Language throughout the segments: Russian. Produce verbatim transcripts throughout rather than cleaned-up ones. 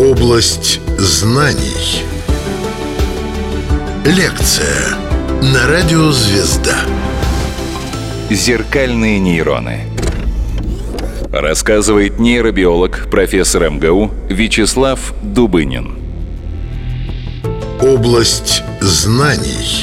Область знаний. Лекция на радио «Звезда». Зеркальные нейроны. Рассказывает нейробиолог, профессор эм гэ у Вячеслав Дубынин. Область знаний.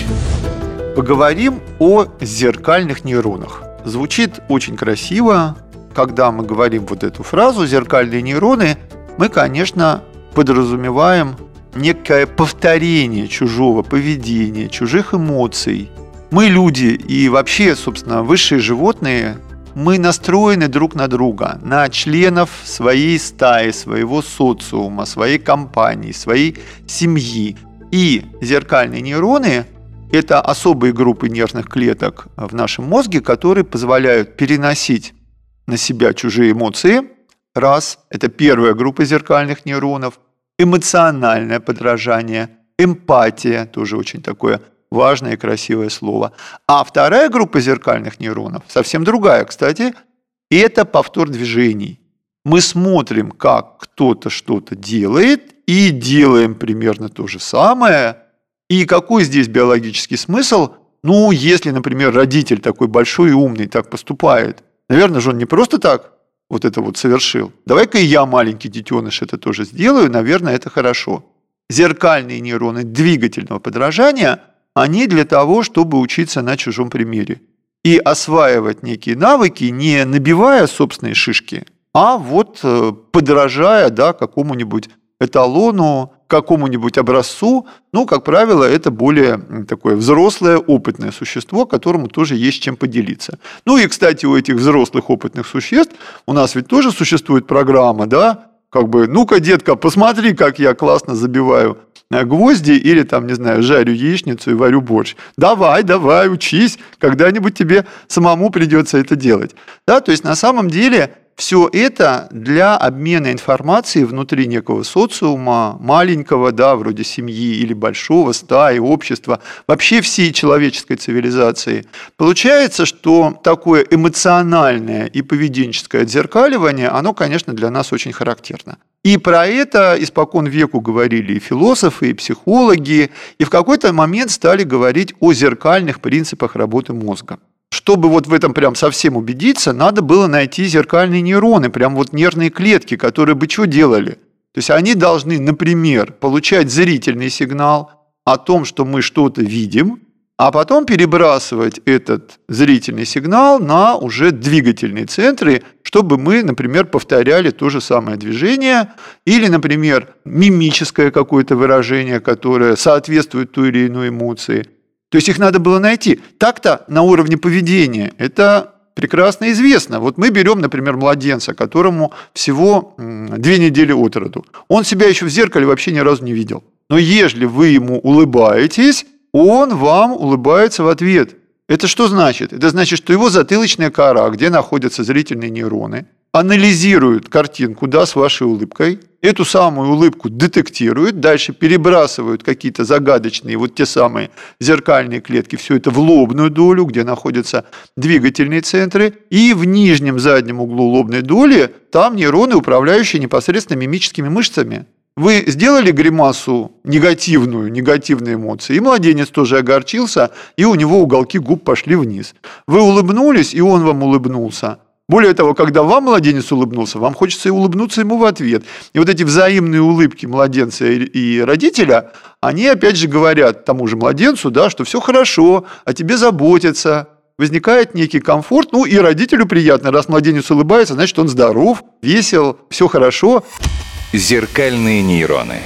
Поговорим о зеркальных нейронах. Звучит очень красиво. Когда мы говорим вот эту фразу «зеркальные нейроны», мы, конечно, подразумеваем некое повторение чужого поведения, чужих эмоций. Мы люди и вообще, собственно, высшие животные, мы настроены друг на друга, на членов своей стаи, своего социума, своей компании, своей семьи. И зеркальные нейроны – это особые группы нервных клеток в нашем мозге, которые позволяют переносить на себя чужие эмоции. Раз – это первая группа зеркальных нейронов. Эмоциональное подражание, эмпатия – тоже очень такое важное и красивое слово. А вторая группа зеркальных нейронов, совсем другая, кстати, это повтор движений. Мы смотрим, как кто-то что-то делает, и делаем примерно то же самое. И какой здесь биологический смысл? Ну, если, например, родитель такой большой и умный так поступает, наверное же он не просто так вот это вот совершил. Давай-ка и я, маленький детеныш, это тоже сделаю, наверное, это хорошо. Зеркальные нейроны двигательного подражания, они для того, чтобы учиться на чужом примере. И осваивать некие навыки, не набивая собственные шишки, а вот подражая, да, какому-нибудь эталону, какому-нибудь образцу. Ну, как правило, это более такое взрослое, опытное существо, которому тоже есть чем поделиться. Ну и, кстати, у этих взрослых опытных существ у нас ведь тоже существует программа, да, как бы, ну-ка, детка, посмотри, как я классно забиваю гвозди или, там, не знаю, жарю яичницу и варю борщ. Давай, давай, учись, когда-нибудь тебе самому придется это делать. Да, то есть, на самом деле, все это для обмена информацией внутри некого социума, маленького, да, вроде семьи или большого, стаи, общества, вообще всей человеческой цивилизации. Получается, что такое эмоциональное и поведенческое отзеркаливание, оно, конечно, для нас очень характерно. И про это испокон веку говорили и философы, и психологи, и в какой-то момент стали говорить о зеркальных принципах работы мозга. Чтобы вот в этом прям совсем убедиться, надо было найти зеркальные нейроны, прям вот нервные клетки, которые бы что делали. То есть они должны, например, получать зрительный сигнал о том, что мы что-то видим, а потом перебрасывать этот зрительный сигнал на уже двигательные центры, чтобы мы, например, повторяли то же самое движение или, например, мимическое какое-то выражение, которое соответствует той или иной эмоции. То есть их надо было найти. Так-то на уровне поведения это прекрасно известно. Вот мы берем, например, младенца, которому всего две недели от роду. Он себя еще в зеркале вообще ни разу не видел. Но ежели вы ему улыбаетесь, он вам улыбается в ответ. Это что значит? Это значит, что его затылочная кора, где находятся зрительные нейроны, анализируют картинку, да, с вашей улыбкой, эту самую улыбку детектируют, дальше перебрасывают какие-то загадочные, вот те самые зеркальные клетки, все это в лобную долю, где находятся двигательные центры, и в нижнем заднем углу лобной доли там нейроны, управляющие непосредственно мимическими мышцами. Вы сделали гримасу негативную, негативные эмоции, и младенец тоже огорчился, и у него уголки губ пошли вниз. Вы улыбнулись, и он вам улыбнулся. Более того, когда вам младенец улыбнулся, вам хочется и улыбнуться ему в ответ. И вот эти взаимные улыбки младенца и родителя, они опять же говорят тому же младенцу, да, что все хорошо, о тебе заботятся. Возникает некий комфорт, ну и родителю приятно, раз младенец улыбается, значит он здоров, весел, все хорошо. Зеркальные нейроны.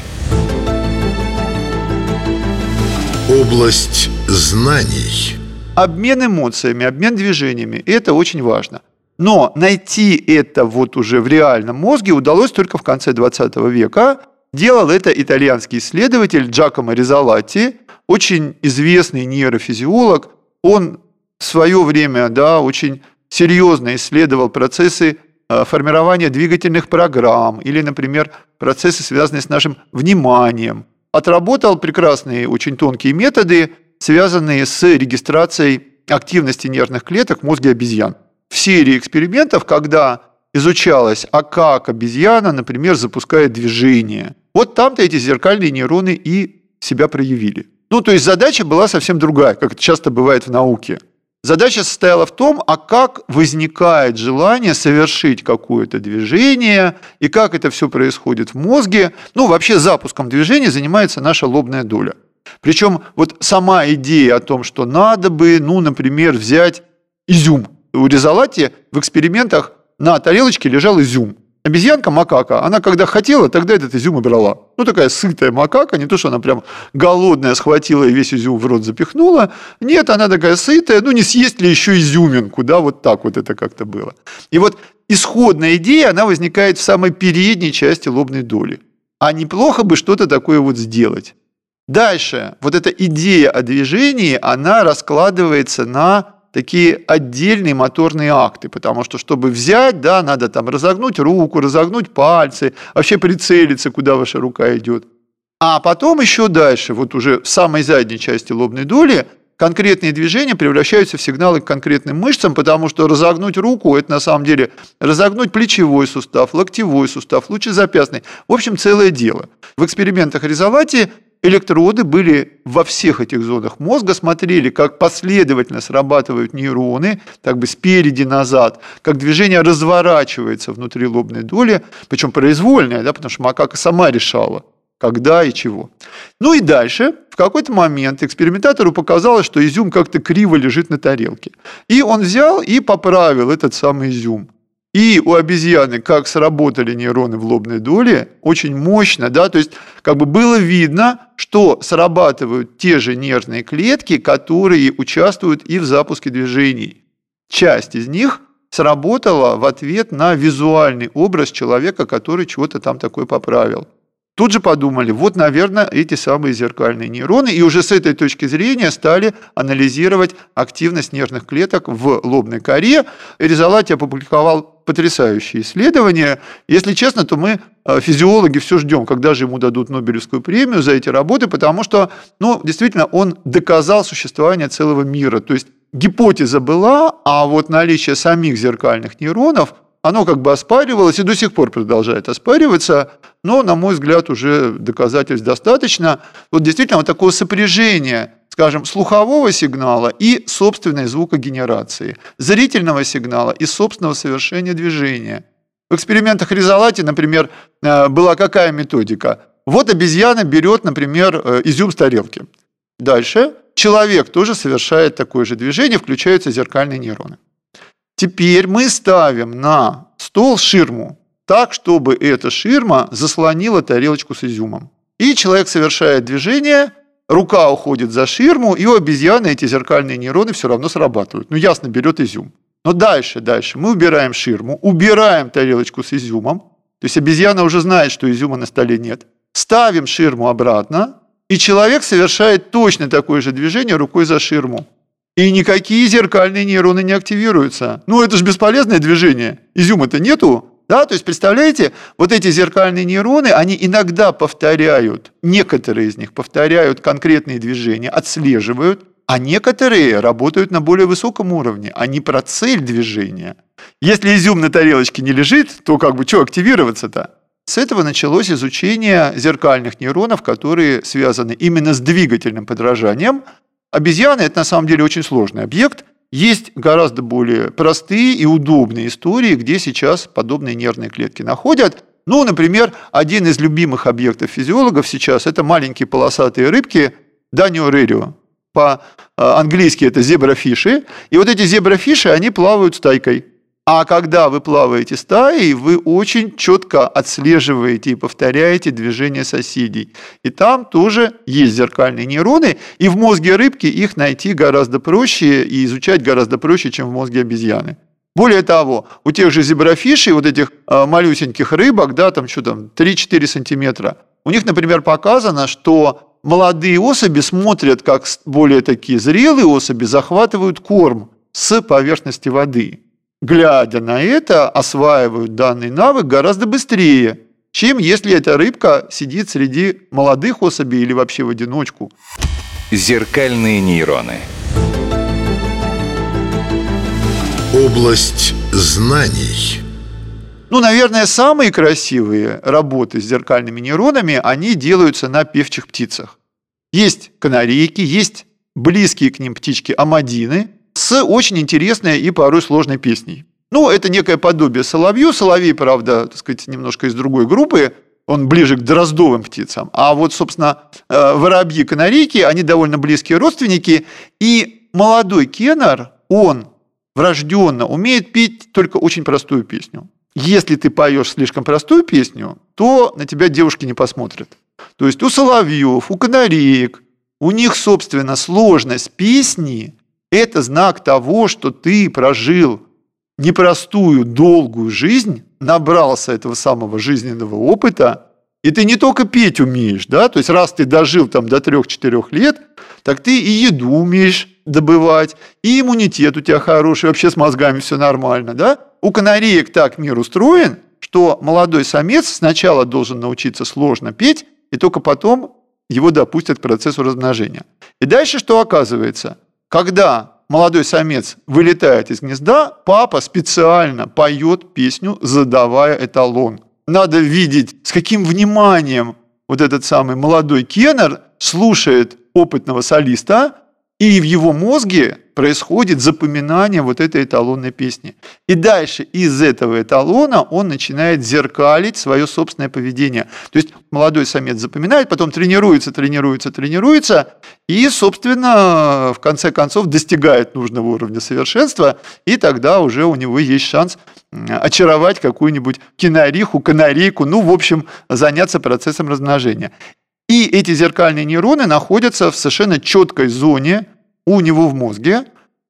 Область знаний. Обмен эмоциями, обмен движениями – это очень важно. Но найти это вот уже в реальном мозге удалось только в конце двадцатого века. Делал это итальянский исследователь Джакомо Ризолатти, очень известный нейрофизиолог. Он в свое время, да, очень серьезно исследовал процессы формирования двигательных программ или, например, процессы, связанные с нашим вниманием. Отработал прекрасные, очень тонкие методы, связанные с регистрацией активности нервных клеток в мозге обезьян. В серии экспериментов, когда изучалось, а как обезьяна, например, запускает движение, Вот там-то эти зеркальные нейроны и себя проявили. Ну, то есть задача была совсем другая, как это часто бывает в науке. Задача состояла в том, а как возникает желание совершить какое-то движение, и как это все происходит в мозге. Ну, вообще запуском движения занимается наша лобная доля. Причем вот сама идея о том, что надо бы, ну, например, взять изюм. У Ризолатти в экспериментах на тарелочке лежал изюм. Обезьянка, макака, она когда хотела, тогда этот изюм и брала. Ну, такая сытая макака, не то, что она прям голодная схватила и весь изюм в рот запихнула. Нет, она такая сытая, ну, не съесть ли еще изюминку, да, вот так вот это как-то было. И вот исходная идея, она возникает в самой передней части лобной доли. А неплохо бы что-то такое вот сделать. Дальше, вот эта идея о движении, она раскладывается на такие отдельные моторные акты, потому что, чтобы взять, да, надо там разогнуть руку, разогнуть пальцы, вообще прицелиться, куда ваша рука идет. А потом еще дальше, вот уже в самой задней части лобной доли, конкретные движения превращаются в сигналы к конкретным мышцам, потому что разогнуть руку – это на самом деле разогнуть плечевой сустав, локтевой сустав, лучезапястный. В общем, целое дело. В экспериментах Ризолатти электроды были во всех этих зонах мозга, смотрели, как последовательно срабатывают нейроны, так бы спереди назад, как движение разворачивается внутри лобной доли, причем произвольное, да, потому что макака сама решала, когда и чего. Ну и дальше, в какой-то момент экспериментатору показалось, что изюм как-то криво лежит на тарелке. И он взял и поправил этот самый изюм. И у обезьяны как сработали нейроны в лобной доле, очень мощно, да, то есть как бы было видно, что срабатывают те же нервные клетки, которые участвуют и в запуске движений. Часть из них сработала в ответ на визуальный образ человека, который чего-то там такое поправил. Тут же подумали, вот, наверное, эти самые зеркальные нейроны, и уже с этой точки зрения стали анализировать активность нервных клеток в лобной коре. Ризолатти опубликовал потрясающие исследования. Если честно, то мы, физиологи, все ждем, когда же ему дадут Нобелевскую премию за эти работы, потому что, ну, действительно, он доказал существование целого мира. То есть гипотеза была, а вот наличие самих зеркальных нейронов, оно как бы оспаривалось и до сих пор продолжает оспариваться, но, на мой взгляд, уже доказательств достаточно. Вот действительно вот такого сопряжения, скажем, слухового сигнала и собственной звукогенерации, зрительного сигнала и собственного совершения движения. В экспериментах Ризолатти, например, была какая методика? Вот обезьяна берет, например, изюм с тарелки. Дальше человек тоже совершает такое же движение, включаются зеркальные нейроны. Теперь мы ставим на стол ширму так, чтобы эта ширма заслонила тарелочку с изюмом. И человек совершает движение, рука уходит за ширму, и у обезьяны эти зеркальные нейроны все равно срабатывают. Ну, ясно, берет изюм. Но дальше, дальше мы убираем ширму, убираем тарелочку с изюмом, то есть обезьяна уже знает, что изюма на столе нет. Ставим ширму обратно, и человек совершает точно такое же движение рукой за ширму. И никакие зеркальные нейроны не активируются. Ну, это же бесполезное движение. Изюма-то нету. Да? То есть, представляете, вот эти зеркальные нейроны, они иногда повторяют, некоторые из них повторяют конкретные движения, отслеживают, а некоторые работают на более высоком уровне. Они про цель движения. Если изюм на тарелочке не лежит, то как бы что активироваться-то? С этого началось изучение зеркальных нейронов, которые связаны именно с двигательным подражанием. Обезьяны – это на самом деле очень сложный объект. Есть гораздо более простые и удобные истории, где сейчас подобные нервные клетки находят. Ну, например, один из любимых объектов физиологов сейчас – это маленькие полосатые рыбки Данио-рерио. По-английски это зебрафиши. И вот эти зебрафиши, они плавают стайкой. А когда вы плаваете стаей, вы очень четко отслеживаете и повторяете движения соседей. И там тоже есть зеркальные нейроны, и в мозге рыбки их найти гораздо проще и изучать гораздо проще, чем в мозге обезьяны. Более того, у тех же зебрафишей, вот этих малюсеньких рыбок, да, там что там, три-четыре сантиметра, у них, например, показано, что молодые особи смотрят, как более такие зрелые особи захватывают корм с поверхности воды. Глядя на это, осваивают данный навык гораздо быстрее, чем если эта рыбка сидит среди молодых особей или вообще в одиночку. Зеркальные нейроны. Область знаний. Ну, наверное, самые красивые работы с зеркальными нейронами, они делаются на певчих птицах. Есть канарейки, есть близкие к ним птички амадины с очень интересной и порой сложной песней. Ну, это некое подобие соловью. Соловей, правда, так сказать, немножко из другой группы. Он ближе к дроздовым птицам. А вот, собственно, воробьи, канарейки, они довольно близкие родственники. И молодой кенар, он врожденно умеет петь только очень простую песню. Если ты поешь слишком простую песню, то на тебя девушки не посмотрят. То есть у соловьев, у канареек, у них, собственно, сложность песни – это знак того, что ты прожил непростую, долгую жизнь, набрался этого самого жизненного опыта, и ты не только петь умеешь, да, то есть раз ты дожил там до трех-четырех лет, так ты и еду умеешь добывать, и иммунитет у тебя хороший, вообще с мозгами все нормально, да. У канареек так мир устроен, что молодой самец сначала должен научиться сложно петь, и только потом его допустят к процессу размножения. И дальше что оказывается? Когда молодой самец вылетает из гнезда, папа специально поет песню, задавая эталон. Надо видеть, с каким вниманием вот этот самый молодой кенар слушает опытного солиста, и в его мозге происходит запоминание вот этой эталонной песни. И дальше из этого эталона он начинает зеркалить свое собственное поведение. То есть молодой самец запоминает, потом тренируется, тренируется, тренируется, и, собственно, в конце концов достигает нужного уровня совершенства, и тогда уже у него есть шанс очаровать какую-нибудь кинариху, канарейку, ну, в общем, заняться процессом размножения. И эти зеркальные нейроны находятся в совершенно четкой зоне у него в мозге.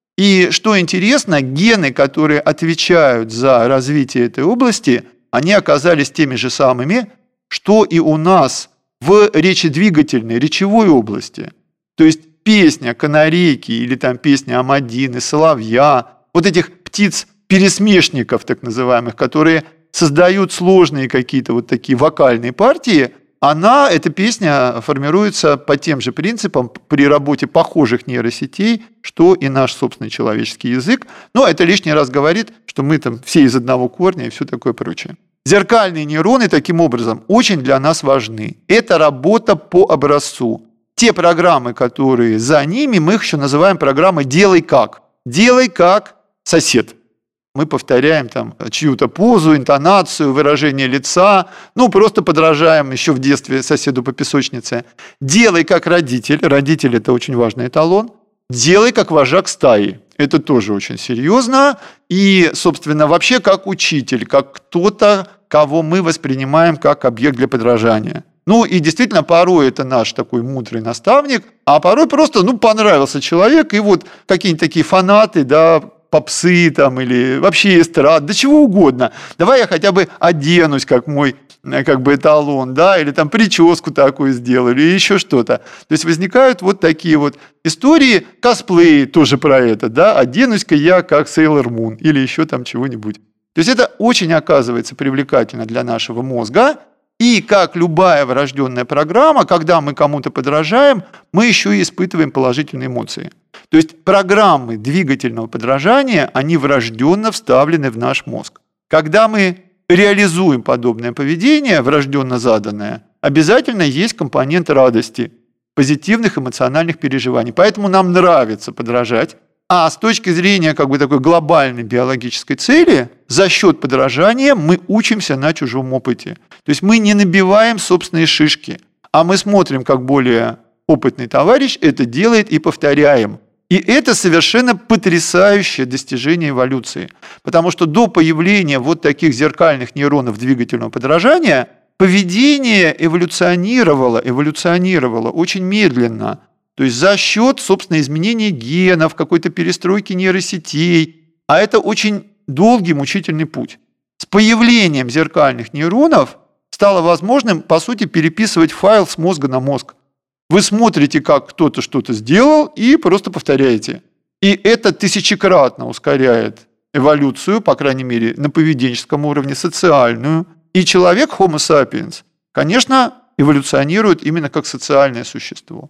И что интересно, гены, которые отвечают за развитие этой области, они оказались теми же самыми, что и у нас в речедвигательной, речевой области. То есть песня канарейки или там песня амадины, соловья, вот этих птиц-пересмешников так называемых, которые создают сложные какие-то вот такие вокальные партии, она, эта песня, формируется по тем же принципам при работе похожих нейросетей, что и наш собственный человеческий язык. Но это лишний раз говорит, что мы там все из одного корня и все такое прочее. Зеркальные нейроны таким образом очень для нас важны. Это работа по образцу. Те программы, которые за ними, мы их еще называем программой «делай как». «Делай как сосед». Мы повторяем там чью-то позу, интонацию, выражение лица, ну, просто подражаем еще в детстве соседу по песочнице. Делай как родитель, родитель – это очень важный эталон. Делай как вожак стаи, это тоже очень серьезно. И, собственно, вообще как учитель, как кто-то, кого мы воспринимаем как объект для подражания. Ну, и действительно, порой это наш такой мудрый наставник, а порой просто, ну, понравился человек, и вот какие-нибудь такие фанаты, да, попсы там или вообще эстрад, да чего угодно. Давай я хотя бы оденусь, как мой как бы эталон, да, или там прическу такую сделаю, или еще что-то. То есть возникают вот такие вот истории, косплеи тоже про это, да, оденусь-ка я как Сейлор Мун или еще там чего-нибудь. То есть это очень оказывается привлекательно для нашего мозга. И как любая врожденная программа, когда мы кому-то подражаем, мы еще и испытываем положительные эмоции. То есть программы двигательного подражания, они врожденно вставлены в наш мозг. Когда мы реализуем подобное поведение, врожденно заданное, обязательно есть компонент радости, позитивных эмоциональных переживаний. Поэтому нам нравится подражать. А с точки зрения как бы такой глобальной биологической цели, за счет подражания мы учимся на чужом опыте. То есть мы не набиваем собственные шишки, а мы смотрим, как более опытный товарищ это делает, и повторяем. И это совершенно потрясающее достижение эволюции. Потому что до появления вот таких зеркальных нейронов двигательного подражания поведение эволюционировало, эволюционировало очень медленно. То есть за счет, собственно, изменения генов, какой-то перестройки нейросетей. А это очень долгий, мучительный путь. С появлением зеркальных нейронов стало возможным, по сути, переписывать файл с мозга на мозг. Вы смотрите, как кто-то что-то сделал, и просто повторяете. И это тысячекратно ускоряет эволюцию, по крайней мере, на поведенческом уровне, социальную. И человек, Homo sapiens, конечно, эволюционирует именно как социальное существо.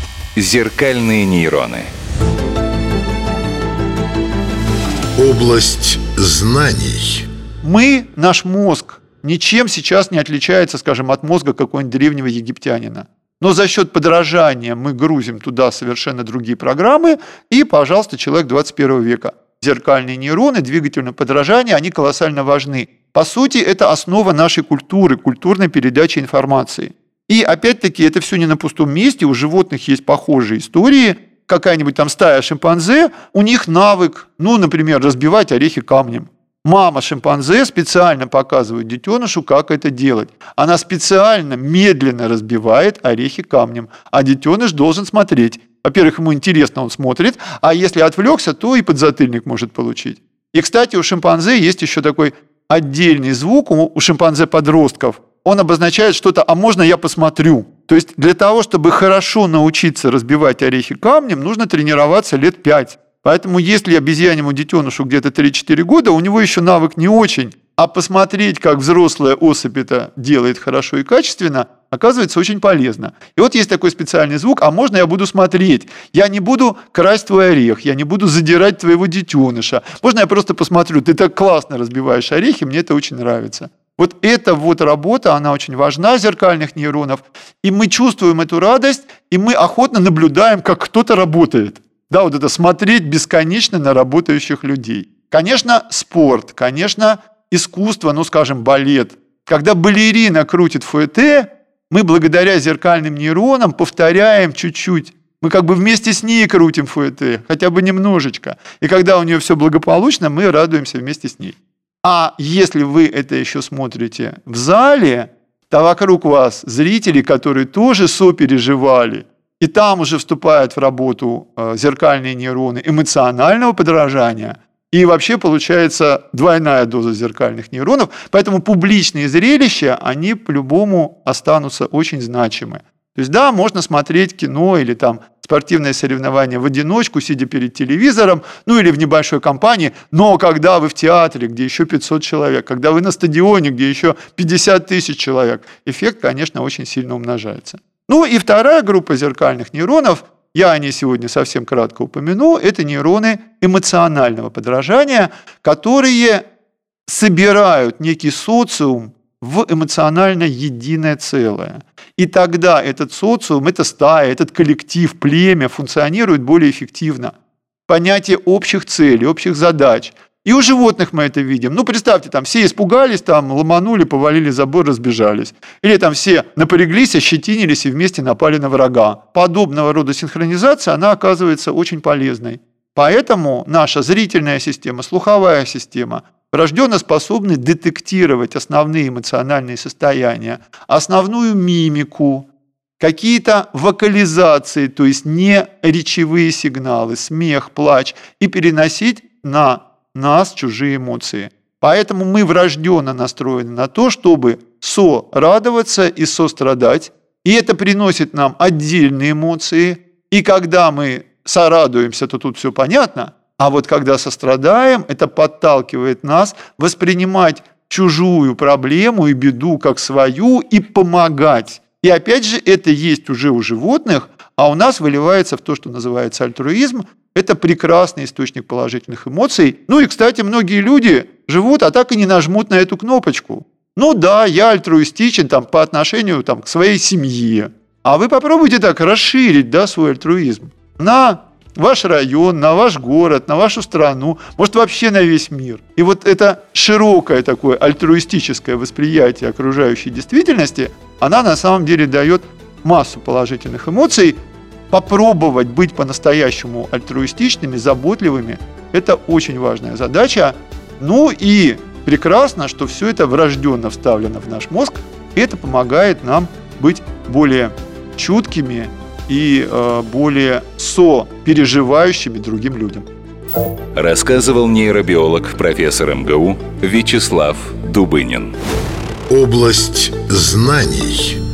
Зеркальные нейроны. Область знаний. мы, наш мозг, ничем сейчас не отличается, скажем, от мозга какого-нибудь древнего египтянина. Но за счет подражания мы грузим туда совершенно другие программы, и, пожалуйста, человек двадцать первого века. Зеркальные нейроны, двигательное подражание, они колоссально важны. По сути, это основа нашей культуры, культурной передачи информации. И, опять-таки, это все не на пустом месте, у животных есть похожие истории. Какая-нибудь там стая шимпанзе, у них навык, ну, например, разбивать орехи камнем. Мама шимпанзе специально показывает детенышу, как это делать. Она специально медленно разбивает орехи камнем, а детеныш должен смотреть. Во-первых, ему интересно, он смотрит, а если отвлекся, то и подзатыльник может получить. И, кстати, у шимпанзе есть еще такой отдельный звук у шимпанзе-подростков. Он обозначает что-то «а можно я посмотрю?». То есть для того, чтобы хорошо научиться разбивать орехи камнем, нужно тренироваться лет пять. Поэтому если обезьяньему детенышу где-то три-четыре года, у него еще навык не очень, а посмотреть, как взрослая особь это делает хорошо и качественно, оказывается очень полезно. И вот есть такой специальный звук «а можно я буду смотреть?». Я не буду красть твой орех, я не буду задирать твоего детеныша. Можно я просто посмотрю, ты так классно разбиваешь орехи, мне это очень нравится. Вот эта вот работа, она очень важна, зеркальных нейронов, и мы чувствуем эту радость, и мы охотно наблюдаем, как кто-то работает. Да, вот это смотреть бесконечно на работающих людей. Конечно, спорт, конечно, искусство, ну, скажем, балет. Когда балерина крутит фуэте, мы благодаря зеркальным нейронам повторяем чуть-чуть. Мы как бы вместе с ней крутим фуэте, хотя бы немножечко. И когда у нее все благополучно, мы радуемся вместе с ней. А если вы это еще смотрите в зале, то вокруг вас зрители, которые тоже сопереживали, и там уже вступают в работу зеркальные нейроны эмоционального подражания, и вообще получается двойная доза зеркальных нейронов. Поэтому публичные зрелища, они по-любому останутся очень значимы. То есть да, можно смотреть кино или там спортивное соревнование в одиночку, сидя перед телевизором, ну или в небольшой компании, но когда вы в театре, где еще пятьсот человек, когда вы на стадионе, где еще пятьдесят тысяч человек, эффект, конечно, очень сильно умножается. Ну и вторая группа зеркальных нейронов, я о ней сегодня совсем кратко упомяну, это нейроны эмоционального подражания, которые собирают некий социум в эмоционально единое целое. И тогда этот социум, эта стая, этот коллектив, племя функционирует более эффективно. Понятие общих целей, общих задач. И у животных мы это видим. Ну, представьте, там все испугались, там ломанули, повалили забор, разбежались. Или там все напряглись, ощетинились и вместе напали на врага. Подобного рода синхронизация, она оказывается очень полезной. Поэтому наша зрительная система, слуховая система врожденно способны детектировать основные эмоциональные состояния, основную мимику, какие-то вокализации, то есть не речевые сигналы, смех, плач, и переносить на нас чужие эмоции. Поэтому мы врожденно настроены на то, чтобы сорадоваться и сострадать, и это приносит нам отдельные эмоции, и когда мы сорадуемся, то тут все понятно, а вот когда сострадаем, это подталкивает нас воспринимать чужую проблему и беду как свою и помогать. И опять же, это есть уже у животных, а у нас выливается в то, что называется альтруизм. Это прекрасный источник положительных эмоций. Ну и, кстати, многие люди живут, а так и не нажмут на эту кнопочку. Ну да, я альтруистичен там, по отношению там, к своей семье. А вы попробуйте так расширить, да, свой альтруизм на ваш район, на ваш город, на вашу страну, может, вообще на весь мир. И вот это широкое такое альтруистическое восприятие окружающей действительности, она на самом деле дает массу положительных эмоций. Попробовать быть по-настоящему альтруистичными, заботливыми – это очень важная задача. Ну и прекрасно, что все это врожденно вставлено в наш мозг, и это помогает нам быть более чуткими и э, более сопереживающими другим людям. Рассказывал нейробиолог, профессор эм гэ у Вячеслав Дубынин. Область знаний.